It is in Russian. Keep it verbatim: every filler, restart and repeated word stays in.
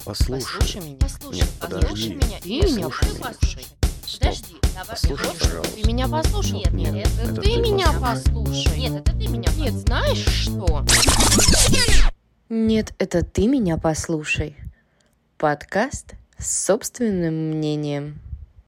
Послушай. Послушай меня. Послушай, Нет, послушай подожди. меня. Ты Нет, меня послушай. послушай. Подожди, давай. Послушай, Хочешь? пожалуйста. Ты меня послушай. Нет, нет, Нет, это это ты ты меня послушай. послушай. Нет, это ты меня Нет, знаешь что? Нет, это ты меня послушай. Подкаст с собственным мнением.